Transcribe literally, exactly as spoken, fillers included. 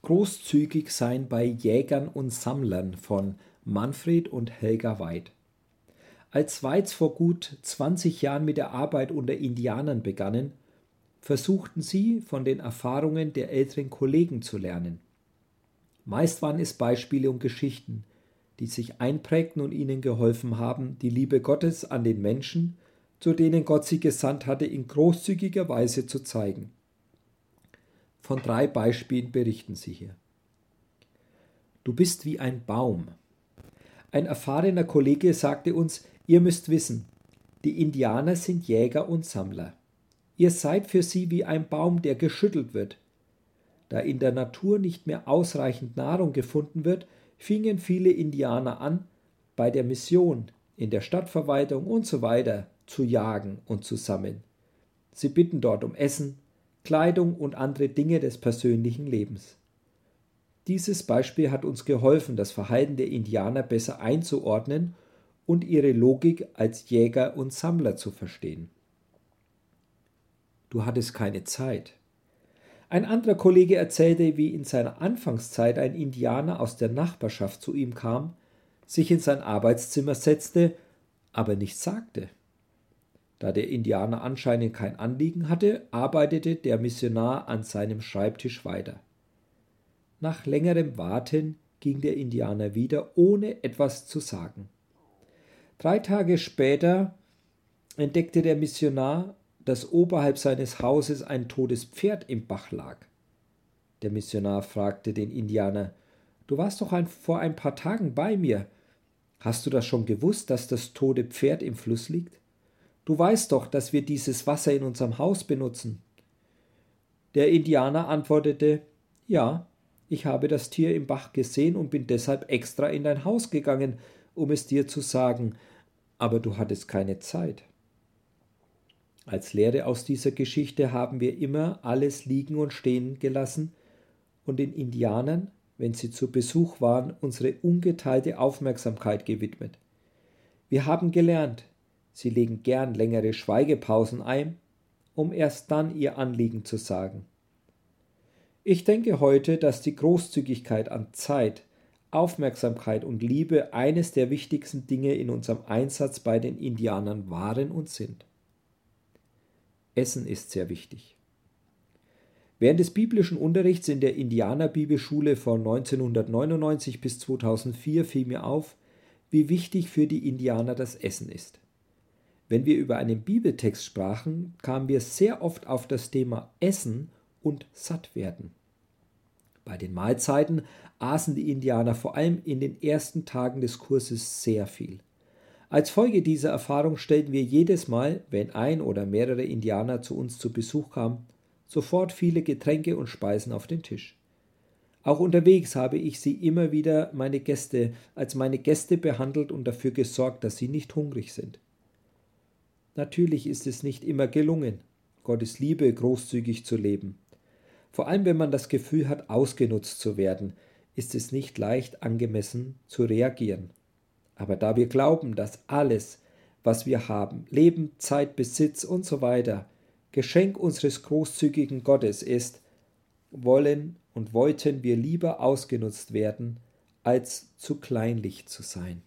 Großzügig sein bei Jägern und Sammlern von Manfred und Helga Weid. Als Weids vor gut zwanzig Jahren mit der Arbeit unter Indianern begannen, versuchten sie, von den Erfahrungen der älteren Kollegen zu lernen. Meist waren es Beispiele und Geschichten, die sich einprägten und ihnen geholfen haben, die Liebe Gottes an den Menschen, zu denen Gott sie gesandt hatte, in großzügiger Weise zu zeigen. Von drei Beispielen berichten sie hier. Du bist wie ein Baum. Ein erfahrener Kollege sagte uns, ihr müsst wissen, die Indianer sind Jäger und Sammler. Ihr seid für sie wie ein Baum, der geschüttelt wird. Da in der Natur nicht mehr ausreichend Nahrung gefunden wird, fingen viele Indianer an, bei der Mission, in der Stadtverwaltung und so weiter zu jagen und zu sammeln. Sie bitten dort um Essen, Kleidung und andere Dinge des persönlichen Lebens. Dieses Beispiel hat uns geholfen, das Verhalten der Indianer besser einzuordnen und ihre Logik als Jäger und Sammler zu verstehen. Du hattest keine Zeit. Ein anderer Kollege erzählte, wie in seiner Anfangszeit ein Indianer aus der Nachbarschaft zu ihm kam, sich in sein Arbeitszimmer setzte, aber nichts sagte. Da der Indianer anscheinend kein Anliegen hatte, arbeitete der Missionar an seinem Schreibtisch weiter. Nach längerem Warten ging der Indianer wieder, ohne etwas zu sagen. Drei Tage später entdeckte der Missionar, dass oberhalb seines Hauses ein totes Pferd im Bach lag. Der Missionar fragte den Indianer, »Du warst doch ein, vor ein paar Tagen bei mir. Hast du das schon gewusst, dass das tote Pferd im Fluss liegt? Du weißt doch, dass wir dieses Wasser in unserem Haus benutzen.« Der Indianer antwortete, »Ja, ich habe das Tier im Bach gesehen und bin deshalb extra in dein Haus gegangen, um es dir zu sagen, aber du hattest keine Zeit.« Als Lehre aus dieser Geschichte haben wir immer alles liegen und stehen gelassen und den Indianern, wenn sie zu Besuch waren, unsere ungeteilte Aufmerksamkeit gewidmet. Wir haben gelernt, sie legen gern längere Schweigepausen ein, um erst dann ihr Anliegen zu sagen. Ich denke heute, dass die Großzügigkeit an Zeit, Aufmerksamkeit und Liebe eines der wichtigsten Dinge in unserem Einsatz bei den Indianern waren und sind. Essen ist sehr wichtig. Während des biblischen Unterrichts in der Indianerbibelschule von neunzehnhundertneunundneunzig bis zweitausendvier fiel mir auf, wie wichtig für die Indianer das Essen ist. Wenn wir über einen Bibeltext sprachen, kamen wir sehr oft auf das Thema Essen und Sattwerden. Bei den Mahlzeiten aßen die Indianer vor allem in den ersten Tagen des Kurses sehr viel. Als Folge dieser Erfahrung stellten wir jedes Mal, wenn ein oder mehrere Indianer zu uns zu Besuch kamen, sofort viele Getränke und Speisen auf den Tisch. Auch unterwegs habe ich sie immer wieder meine Gäste als meine Gäste behandelt und dafür gesorgt, dass sie nicht hungrig sind. Natürlich ist es nicht immer gelungen, Gottes Liebe großzügig zu leben. Vor allem, wenn man das Gefühl hat, ausgenutzt zu werden, ist es nicht leicht, angemessen zu reagieren. Aber da wir glauben, dass alles, was wir haben, Leben, Zeit, Besitz und so weiter, Geschenk unseres großzügigen Gottes ist, wollen und wollten wir lieber ausgenutzt werden, als zu kleinlich zu sein.